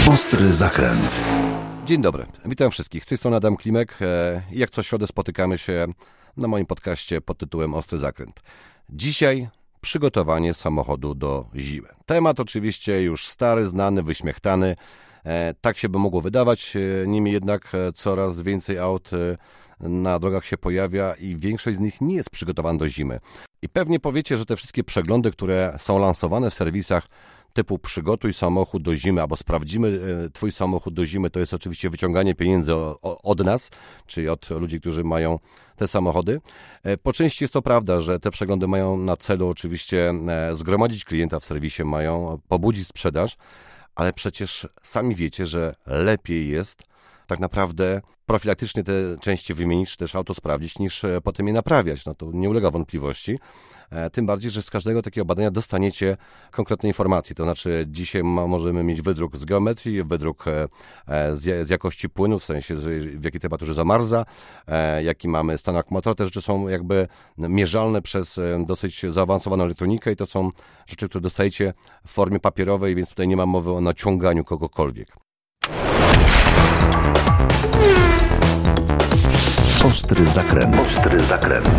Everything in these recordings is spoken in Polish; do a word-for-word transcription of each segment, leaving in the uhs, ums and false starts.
Ostry zakręt. Dzień dobry, witam wszystkich. Z tej strony Adam Klimek. Jak co środę spotykamy się na moim podcaście pod tytułem Ostry zakręt. Dzisiaj przygotowanie samochodu do zimy. Temat oczywiście już stary, znany, wyśmiechtany. Tak się by mogło wydawać, niemniej jednak coraz więcej aut na drogach się pojawia i większość z nich nie jest przygotowana do zimy. I pewnie powiecie, że te wszystkie przeglądy, które są lansowane w serwisach typu przygotuj samochód do zimy albo sprawdzimy twój samochód do zimy, to jest oczywiście wyciąganie pieniędzy od nas, czyli od ludzi, którzy mają te samochody. Po części jest to prawda, że te przeglądy mają na celu oczywiście zgromadzić klienta w serwisie, mają pobudzić sprzedaż, ale przecież sami wiecie, że lepiej jest tak naprawdę profilaktycznie te części wymienić, czy też auto sprawdzić, niż potem je naprawiać. No to nie ulega wątpliwości. Tym bardziej, że z każdego takiego badania dostaniecie konkretne informacje. To znaczy dzisiaj ma, możemy mieć wydruk z geometrii, wydruk z, z jakości płynu, w sensie w jakiej temperaturze zamarza, jaki mamy stan akumulatora. Te rzeczy są jakby mierzalne przez dosyć zaawansowaną elektronikę i to są rzeczy, które dostajecie w formie papierowej, więc tutaj nie ma mowy o naciąganiu kogokolwiek. Ostry zakręt. Ostry zakręt.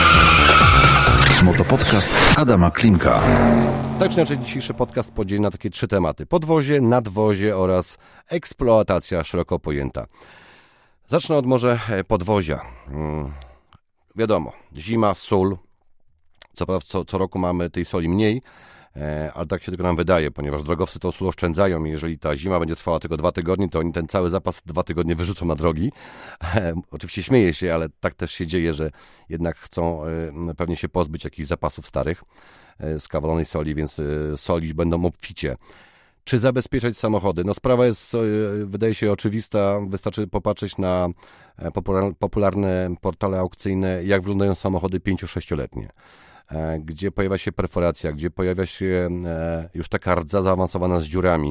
Motopodcast Adama Klimka. Tak czy inaczej dzisiejszy podcast podzieli na takie trzy tematy. Podwozie, nadwozie oraz eksploatacja szeroko pojęta. Zacznę od może podwozia. Hmm. Wiadomo, zima, sól. Co prawda co, co roku mamy tej soli mniej, ale tak się tylko nam wydaje, ponieważ drogowcy tą sól oszczędzają i jeżeli ta zima będzie trwała tylko dwa tygodnie, to oni ten cały zapas dwa tygodnie wyrzucą na drogi. Oczywiście śmieję się, ale tak też się dzieje, że jednak chcą pewnie się pozbyć jakichś zapasów starych z kawalonej soli, więc solić będą obficie. Czy zabezpieczać samochody? No sprawa jest, wydaje się oczywista, wystarczy popatrzeć na popularne portale aukcyjne, jak wyglądają samochody pięcio-sześcioletnie. Gdzie pojawia się perforacja, gdzie pojawia się już taka rdza zaawansowana z dziurami.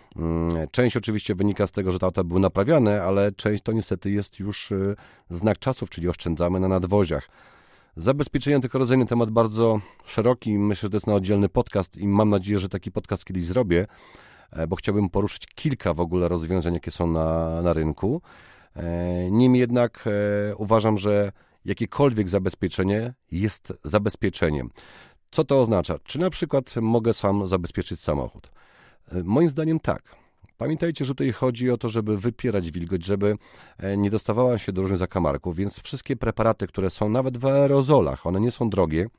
Część oczywiście wynika z tego, że te auta były naprawiane, ale część to niestety jest już znak czasów, czyli oszczędzamy na nadwoziach. Zabezpieczenie antykorozjny temat bardzo szeroki, myślę, że to jest na oddzielny podcast i mam nadzieję, że taki podcast kiedyś zrobię, bo chciałbym poruszyć kilka w ogóle rozwiązań, jakie są na, na rynku. Niemniej jednak uważam, że jakiekolwiek zabezpieczenie jest zabezpieczeniem. Co to oznacza? Czy na przykład mogę sam zabezpieczyć samochód? Moim zdaniem tak. Pamiętajcie, że tutaj chodzi o to, żeby wypierać wilgoć, żeby nie dostawała się do różnych zakamarków, więc wszystkie preparaty, które są nawet w aerozolach, one nie są drogie,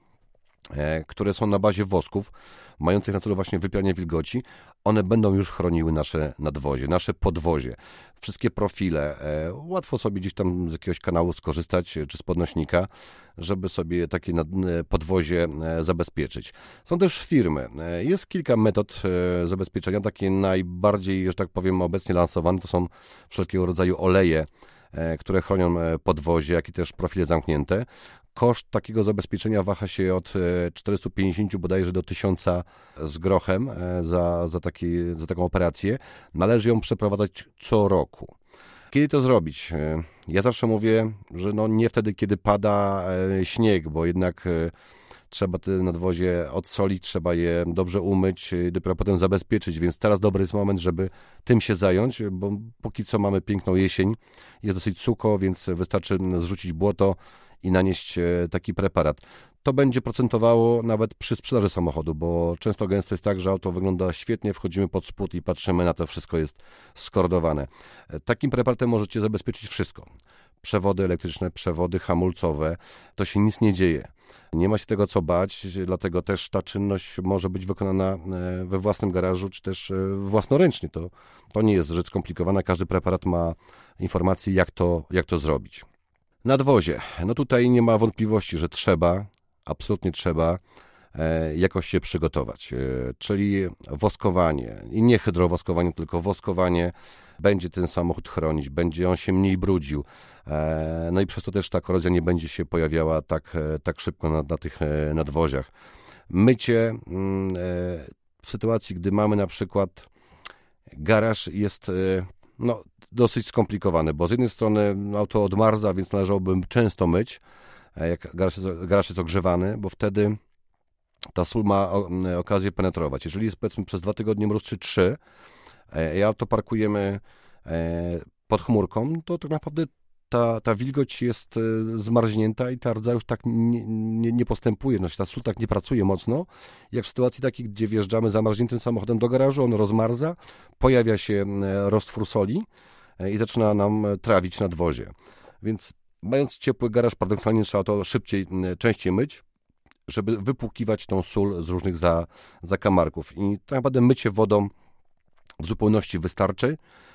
które są na bazie wosków, mających na celu właśnie wypieranie wilgoci, one będą już chroniły nasze nadwozie, nasze podwozie. Wszystkie profile, łatwo sobie gdzieś tam z jakiegoś kanału skorzystać, czy z podnośnika, żeby sobie takie podwozie zabezpieczyć. Są też firmy. Jest kilka metod zabezpieczenia, takie najbardziej, że tak powiem, obecnie lansowane, to są wszelkiego rodzaju oleje, które chronią podwozie, jak i też profile zamknięte. Koszt takiego zabezpieczenia waha się od czterysta pięćdziesiąt bodajże do tysiąca z grochem za, za, taki, za taką operację. Należy ją przeprowadzać co roku. Kiedy to zrobić? Ja zawsze mówię, że no nie wtedy, kiedy pada śnieg, bo jednak trzeba te nadwozie odsolić, trzeba je dobrze umyć, dopiero potem zabezpieczyć, więc teraz dobry jest moment, żeby tym się zająć, bo póki co mamy piękną jesień, jest dosyć sucho, więc wystarczy zrzucić błoto i nanieść taki preparat. To będzie procentowało nawet przy sprzedaży samochodu, bo często gęsto jest tak, że auto wygląda świetnie, wchodzimy pod spód i patrzymy na to, wszystko jest skordowane. Takim preparatem możecie zabezpieczyć wszystko. Przewody elektryczne, przewody hamulcowe, to się nic nie dzieje. Nie ma się tego co bać, dlatego też ta czynność może być wykonana we własnym garażu, czy też własnoręcznie. To, to nie jest rzecz skomplikowana, każdy preparat ma informacje, jak to, jak to zrobić. Nadwozie. No tutaj nie ma wątpliwości, że trzeba, absolutnie trzeba e, jakoś się przygotować. E, czyli woskowanie. I nie hydrowoskowanie, tylko woskowanie będzie ten samochód chronić, będzie on się mniej brudził. E, no i przez to też ta korozja nie będzie się pojawiała tak, e, tak szybko na, na tych e, nadwoziach. Mycie mm, e, w sytuacji, gdy mamy na przykład garaż jest... E, no, dosyć skomplikowane, bo z jednej strony auto odmarza, więc należałoby często myć, jak garaż jest, garaż jest ogrzewany, bo wtedy ta sól ma okazję penetrować. Jeżeli jest powiedzmy przez dwa tygodnie mróz czy trzy, i auto parkujemy pod chmurką, to tak naprawdę ta, ta wilgoć jest zmarznięta i ta rdza już tak nie, nie, nie postępuje, znaczy ta sól tak nie pracuje mocno, jak w sytuacji takiej, gdzie wjeżdżamy zamarzniętym samochodem do garażu, on rozmarza, pojawia się roztwór soli i zaczyna nam trawić nadwozie. Więc mając ciepły garaż, paradoksalnie trzeba to szybciej, częściej myć, żeby wypłukiwać tą sól z różnych za, zakamarków. I tak naprawdę mycie wodą w zupełności wystarczy.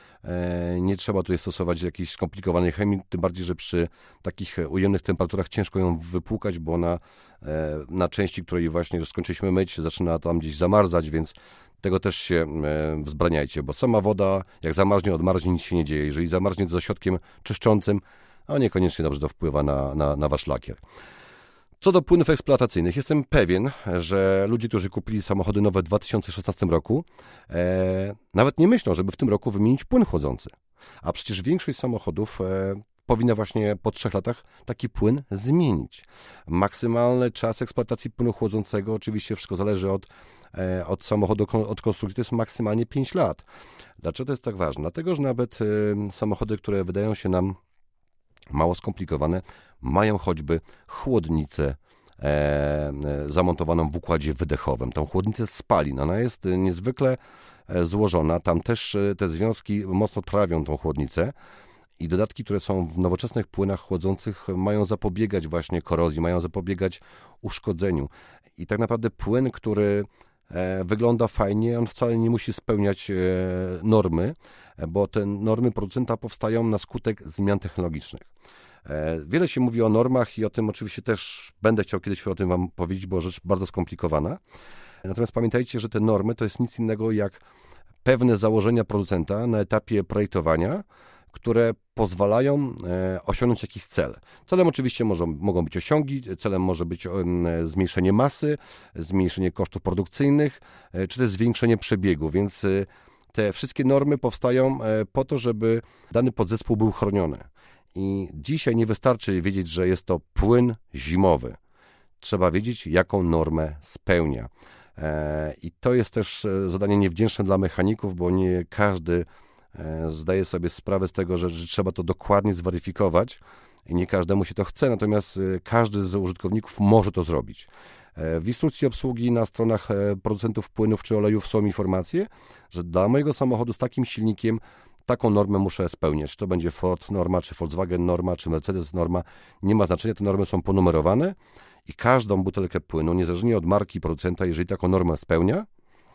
Nie trzeba tutaj stosować jakiejś skomplikowanej chemii, tym bardziej, że przy takich ujemnych temperaturach ciężko ją wypłukać, bo ona na części, której właśnie już skończyliśmy myć, zaczyna tam gdzieś zamarzać, więc tego też się wzbraniajcie, bo sama woda, jak zamarznie, odmarznie, nic się nie dzieje. Jeżeli zamarznie z ośrodkiem czyszczącym, a niekoniecznie dobrze to wpływa na, na, na wasz lakier. Co do płynów eksploatacyjnych, jestem pewien, że ludzie, którzy kupili samochody nowe w dwa tysiące szesnastym roku, e, nawet nie myślą, żeby w tym roku wymienić płyn chłodzący. A przecież większość samochodów e, powinna właśnie po trzech latach taki płyn zmienić. Maksymalny czas eksploatacji płynu chłodzącego, oczywiście wszystko zależy od, e, od samochodu, od konstrukcji, to jest maksymalnie pięć lat. Dlaczego to jest tak ważne? Dlatego, że nawet e, samochody, które wydają się nam mało skomplikowane, mają choćby chłodnicę e, zamontowaną w układzie wydechowym. Tą chłodnicę spalin, ona jest niezwykle złożona, tam też te związki mocno trawią tą chłodnicę i dodatki, które są w nowoczesnych płynach chłodzących, mają zapobiegać właśnie korozji, mają zapobiegać uszkodzeniu. I tak naprawdę płyn, który e, wygląda fajnie, on wcale nie musi spełniać e, normy, bo te normy producenta powstają na skutek zmian technologicznych. Wiele się mówi o normach i o tym oczywiście też będę chciał kiedyś o tym wam powiedzieć, bo rzecz bardzo skomplikowana. Natomiast pamiętajcie, że te normy to jest nic innego jak pewne założenia producenta na etapie projektowania, które pozwalają osiągnąć jakiś cel. Celem oczywiście może, mogą być osiągi, celem może być zmniejszenie masy, zmniejszenie kosztów produkcyjnych, czy też zwiększenie przebiegu, więc te wszystkie normy powstają po to, żeby dany podzespół był chroniony. I dzisiaj nie wystarczy wiedzieć, że jest to płyn zimowy. Trzeba wiedzieć, jaką normę spełnia. I to jest też zadanie niewdzięczne dla mechaników, bo nie każdy zdaje sobie sprawę z tego, że, że trzeba to dokładnie zweryfikować i nie każdemu się to chce, natomiast każdy z użytkowników może to zrobić. W instrukcji obsługi na stronach producentów płynów czy olejów są informacje, że dla mojego samochodu z takim silnikiem taką normę muszę spełniać. To będzie Ford norma, czy Volkswagen norma, czy Mercedes norma. Nie ma znaczenia, te normy są ponumerowane i każdą butelkę płynu, niezależnie od marki producenta, jeżeli taką normę spełnia,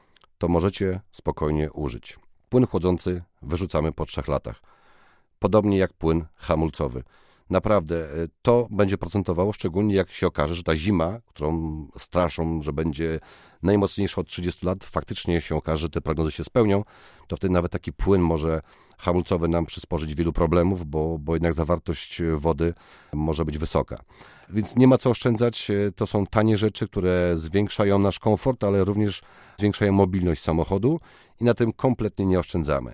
to możecie spokojnie użyć. Płyn chłodzący wyrzucamy po trzech latach. Podobnie jak płyn hamulcowy. Naprawdę to będzie procentowało, szczególnie jak się okaże, że ta zima, którą straszą, że będzie najmocniejsza od trzydziestu lat, faktycznie się okaże, że te prognozy się spełnią, to wtedy nawet taki płyn może hamulcowy nam przysporzyć wielu problemów, bo, bo jednak zawartość wody może być wysoka. Więc nie ma co oszczędzać, to są tanie rzeczy, które zwiększają nasz komfort, ale również zwiększają mobilność samochodu i na tym kompletnie nie oszczędzamy.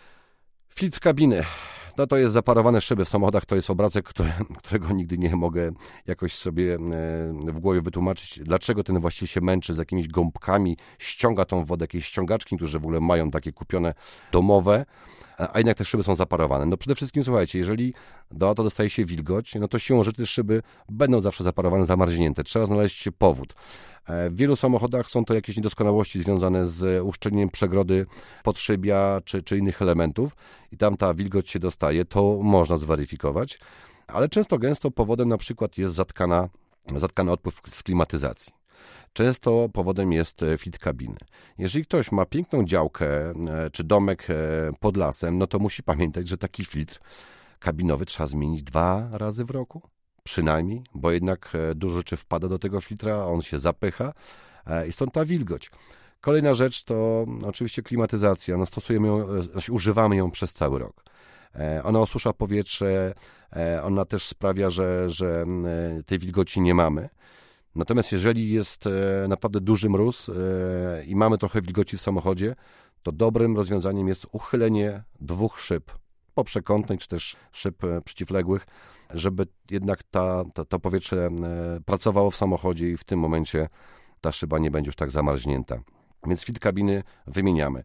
Filtr kabiny. No to jest zaparowane szyby w samochodach, to jest obrazek, który, którego nigdy nie mogę jakoś sobie w głowie wytłumaczyć, dlaczego ten właściciel się męczy z jakimiś gąbkami, ściąga tą wodę, jakieś ściągaczki, którzy w ogóle mają takie kupione domowe, a jednak te szyby są zaparowane. No przede wszystkim, słuchajcie, jeżeli do auta dostaje się wilgoć, no to siłą rzeczy te szyby będą zawsze zaparowane, zamarznięte. Trzeba znaleźć powód. W wielu samochodach są to jakieś niedoskonałości związane z uszczelnieniem przegrody podszybia czy, czy innych elementów i tam ta wilgoć się dostaje, to można zweryfikować, ale często gęsto powodem na przykład jest zatkana, zatkany odpływ z klimatyzacji. Często powodem jest filtr kabiny. Jeżeli ktoś ma piękną działkę czy domek pod lasem, no to musi pamiętać, że taki filtr kabinowy trzeba zmienić dwa razy w roku. Przynajmniej, bo jednak dużo rzeczy wpada do tego filtra, on się zapycha i stąd ta wilgoć. Kolejna rzecz to oczywiście klimatyzacja. No stosujemy ją, znaczy używamy ją przez cały rok. Ona osusza powietrze, ona też sprawia, że, że tej wilgoci nie mamy. Natomiast jeżeli jest naprawdę duży mróz i mamy trochę wilgoci w samochodzie, to dobrym rozwiązaniem jest uchylenie dwóch szyb poprzekątnej, czy też szyb przeciwległych, żeby jednak ta, ta, to powietrze pracowało w samochodzie i w tym momencie ta szyba nie będzie już tak zamarznięta. Więc filtr kabiny wymieniamy.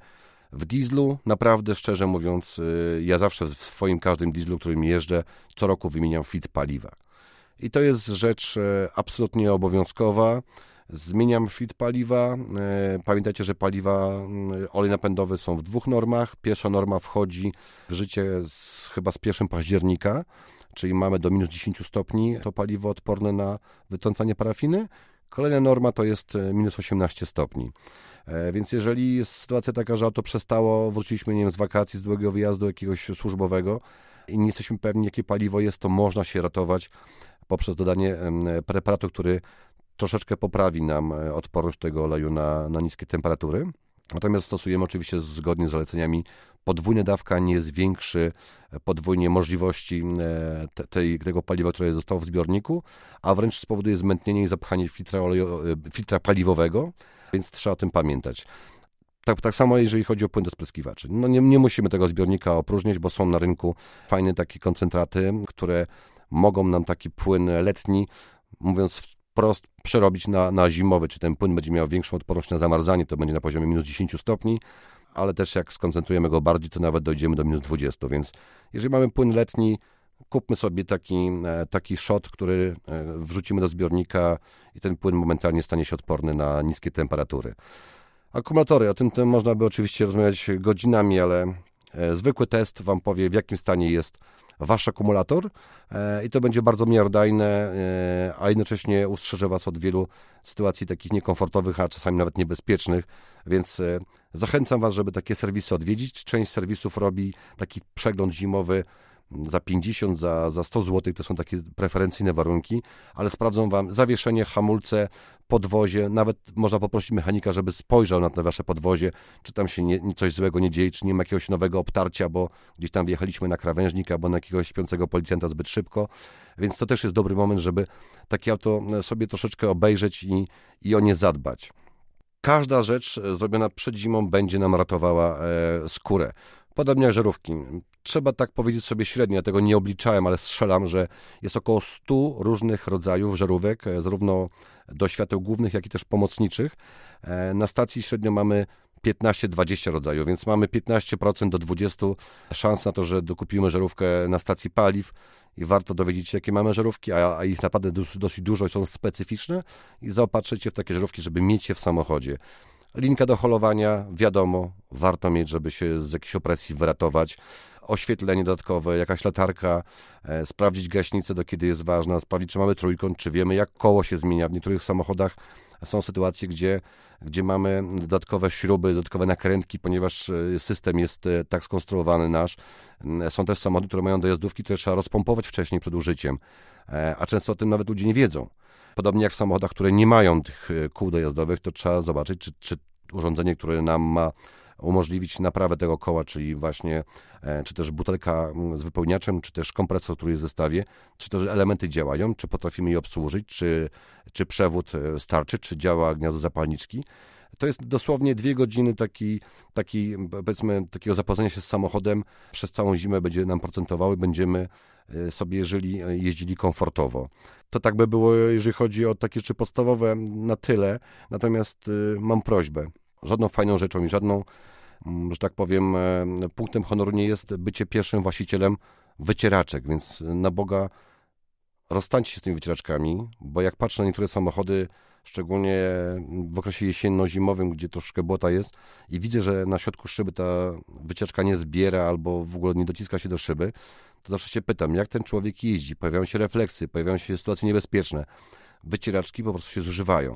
W dieslu, naprawdę szczerze mówiąc, ja zawsze w swoim każdym dieslu, którym jeżdżę, co roku wymieniam filtr paliwa. I to jest rzecz absolutnie obowiązkowa. Zmieniam filtr paliwa. Pamiętajcie, że paliwa, olej napędowy są w dwóch normach. Pierwsza norma wchodzi w życie z, chyba z pierwszego października, czyli mamy do minus dziesięć stopni to paliwo odporne na wytrącanie parafiny. Kolejna norma to jest minus osiemnaście stopni. Więc jeżeli jest sytuacja taka, że auto przestało, wróciliśmy, nie wiem, z wakacji, z długiego wyjazdu jakiegoś służbowego i nie jesteśmy pewni, jakie paliwo jest, to można się ratować poprzez dodanie preparatu, który troszeczkę poprawi nam odporność tego oleju na, na niskie temperatury. Natomiast stosujemy oczywiście zgodnie z zaleceniami. Podwójna dawka nie zwiększy podwójnie możliwości te, tej, tego paliwa, które zostało w zbiorniku, a wręcz spowoduje zmętnienie i zapchanie filtra, oleju, filtra paliwowego, więc trzeba o tym pamiętać. Tak, tak samo jeżeli chodzi o płyn do spryskiwaczy. No nie, nie musimy tego zbiornika opróżniać, bo są na rynku fajne takie koncentraty, które mogą nam taki płyn letni, mówiąc wprost, przerobić na, na zimowy. Czy ten płyn będzie miał większą odporność na zamarzanie, to będzie na poziomie minus dziesięć stopni, ale też jak skoncentrujemy go bardziej, to nawet dojdziemy do minus dwadzieścia. Więc jeżeli mamy płyn letni, kupmy sobie taki, taki shot, który wrzucimy do zbiornika i ten płyn momentalnie stanie się odporny na niskie temperatury. Akumulatory, o tym, tym można by oczywiście rozmawiać godzinami, ale zwykły test Wam powie, w jakim stanie jest Wasz akumulator i to będzie bardzo miarodajne, a jednocześnie ustrzeże Was od wielu sytuacji takich niekomfortowych, a czasami nawet niebezpiecznych, więc zachęcam Was, żeby takie serwisy odwiedzić. Część serwisów robi taki przegląd zimowy za pięćdziesiąt, za, za sto złotych, to są takie preferencyjne warunki, ale sprawdzą Wam zawieszenie, hamulce, podwozie, nawet można poprosić mechanika, żeby spojrzał na te Wasze podwozie, czy tam się nie, coś złego nie dzieje, czy nie ma jakiegoś nowego obtarcia, bo gdzieś tam wjechaliśmy na krawężnik albo na jakiegoś śpiącego policjanta zbyt szybko, więc to też jest dobry moment, żeby takie auto sobie troszeczkę obejrzeć i, i o nie zadbać. Każda rzecz zrobiona przed zimą będzie nam ratowała e, skórę. Podobnie jak żarówki. Trzeba tak powiedzieć sobie średnio, ja tego nie obliczałem, ale strzelam, że jest około stu różnych rodzajów żarówek, zarówno do świateł głównych, jak i też pomocniczych. Na stacji średnio mamy piętnaście do dwudziestu rodzajów, więc mamy piętnaście procent do dwudziestu procent szans na to, że dokupimy żarówkę na stacji paliw i warto dowiedzieć się, jakie mamy żarówki, a, a ich naprawdę dosyć dużo i są specyficzne i zaopatrzyć się w takie żarówki, żeby mieć je w samochodzie. Linka do holowania, wiadomo, warto mieć, żeby się z jakiejś opresji wyratować. Oświetlenie dodatkowe, jakaś latarka, e, sprawdzić gaśnicę, do kiedy jest ważna, sprawdzić, czy mamy trójkąt, czy wiemy, jak koło się zmienia. W niektórych samochodach są sytuacje, gdzie, gdzie mamy dodatkowe śruby, dodatkowe nakrętki, ponieważ system jest tak skonstruowany nasz. Są też samochody, które mają dojazdówki, które trzeba rozpompować wcześniej przed użyciem, e, a często o tym nawet ludzie nie wiedzą. Podobnie jak w samochodach, które nie mają tych kół dojazdowych, to trzeba zobaczyć, czy, czy urządzenie, które nam ma umożliwić naprawę tego koła, czyli właśnie czy też butelka z wypełniaczem, czy też kompresor, który jest w zestawie, czy też elementy działają, czy potrafimy je obsłużyć, czy, czy przewód starczy, czy działa gniazdo zapalniczki. To jest dosłownie dwie godziny taki, taki, powiedzmy, takiego zapoznania się z samochodem. Przez całą zimę będzie nam procentowały, będziemy sobie, jeżeli jeździli komfortowo. To tak by było, jeżeli chodzi o takie rzeczy podstawowe, na tyle. Natomiast y, mam prośbę. Żadną fajną rzeczą i żadną, że tak powiem, punktem honoru nie jest bycie pierwszym właścicielem wycieraczek, więc na Boga rozstańcie się z tymi wycieraczkami, bo jak patrzę na niektóre samochody, szczególnie w okresie jesienno-zimowym, gdzie troszkę błota jest i widzę, że na środku szyby ta wycieraczka nie zbiera albo w ogóle nie dociska się do szyby, to zawsze się pytam, jak ten człowiek jeździ, pojawiają się refleksy, pojawiają się sytuacje niebezpieczne. Wycieraczki po prostu się zużywają.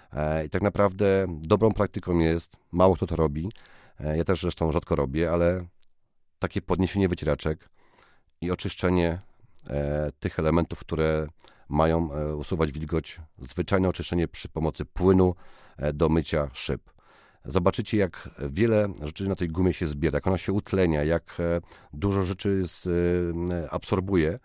I tak naprawdę dobrą praktyką jest, mało kto to robi, ja też zresztą rzadko robię, ale takie podniesienie wycieraczek i oczyszczenie tych elementów, które mają usuwać wilgoć, zwyczajne oczyszczenie przy pomocy płynu do mycia szyb. Zobaczycie, jak wiele rzeczy na tej gumie się zbiera, jak ona się utlenia, jak dużo rzeczy absorbuje.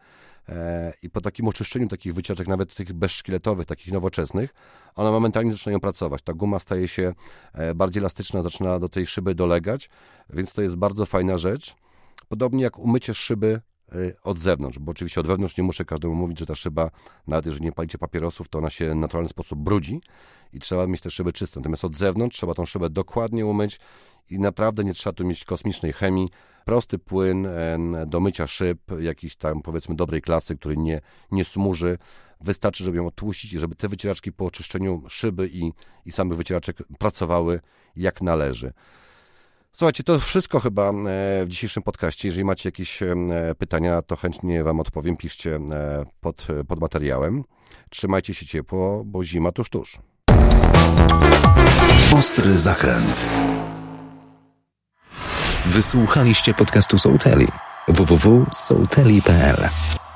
I po takim oczyszczeniu takich wycieraczek, nawet tych bezszkieletowych, takich nowoczesnych, one momentalnie zaczynają pracować. Ta guma staje się bardziej elastyczna, zaczyna do tej szyby dolegać, więc to jest bardzo fajna rzecz. Podobnie jak umycie szyby od zewnątrz, bo oczywiście od wewnątrz nie muszę każdemu mówić, że ta szyba, nawet jeżeli nie palicie papierosów, to ona się w naturalny sposób brudzi i trzeba mieć te szyby czyste. Natomiast od zewnątrz trzeba tą szybę dokładnie umyć i naprawdę nie trzeba tu mieć kosmicznej chemii. Prosty płyn do mycia szyb, jakiś tam powiedzmy dobrej klasy, który nie, nie smuży. Wystarczy, żeby ją odtłuścić i żeby te wycieraczki po oczyszczeniu szyby i, i samych wycieraczek pracowały jak należy. Słuchajcie, to wszystko chyba w dzisiejszym podcaście. Jeżeli macie jakieś pytania, to chętnie Wam odpowiem. Piszcie pod, pod materiałem. Trzymajcie się ciepło, bo zima tuż, tuż. Ostry zakręt. Wysłuchaliście podcastu Sołteli. w w w kropka sołteli kropka p l